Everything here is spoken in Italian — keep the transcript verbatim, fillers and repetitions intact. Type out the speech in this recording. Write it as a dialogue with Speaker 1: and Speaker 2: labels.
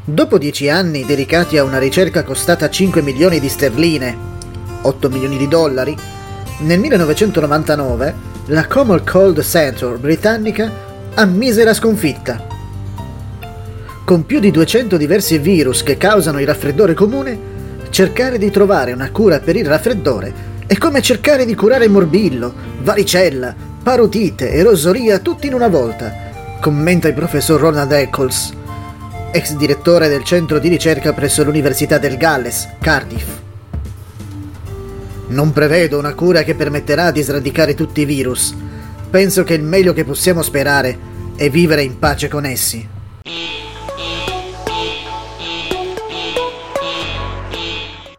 Speaker 1: Dopo dieci anni dedicati a una ricerca costata cinque milioni di sterline, otto milioni di dollari, nel millenovecentonovantanove la Common Cold Center britannica ammise la sconfitta. Con più di duecento diversi virus che causano il raffreddore comune, cercare di trovare una cura per il raffreddore è come cercare di curare morbillo, varicella, parotite e rosolia tutti in una volta, commenta il professor Ronald Eccles, ex direttore del centro di ricerca presso l'Università del Galles, Cardiff. Non prevedo una cura che permetterà di sradicare tutti i virus. Penso che il meglio che possiamo sperare è vivere in pace con essi.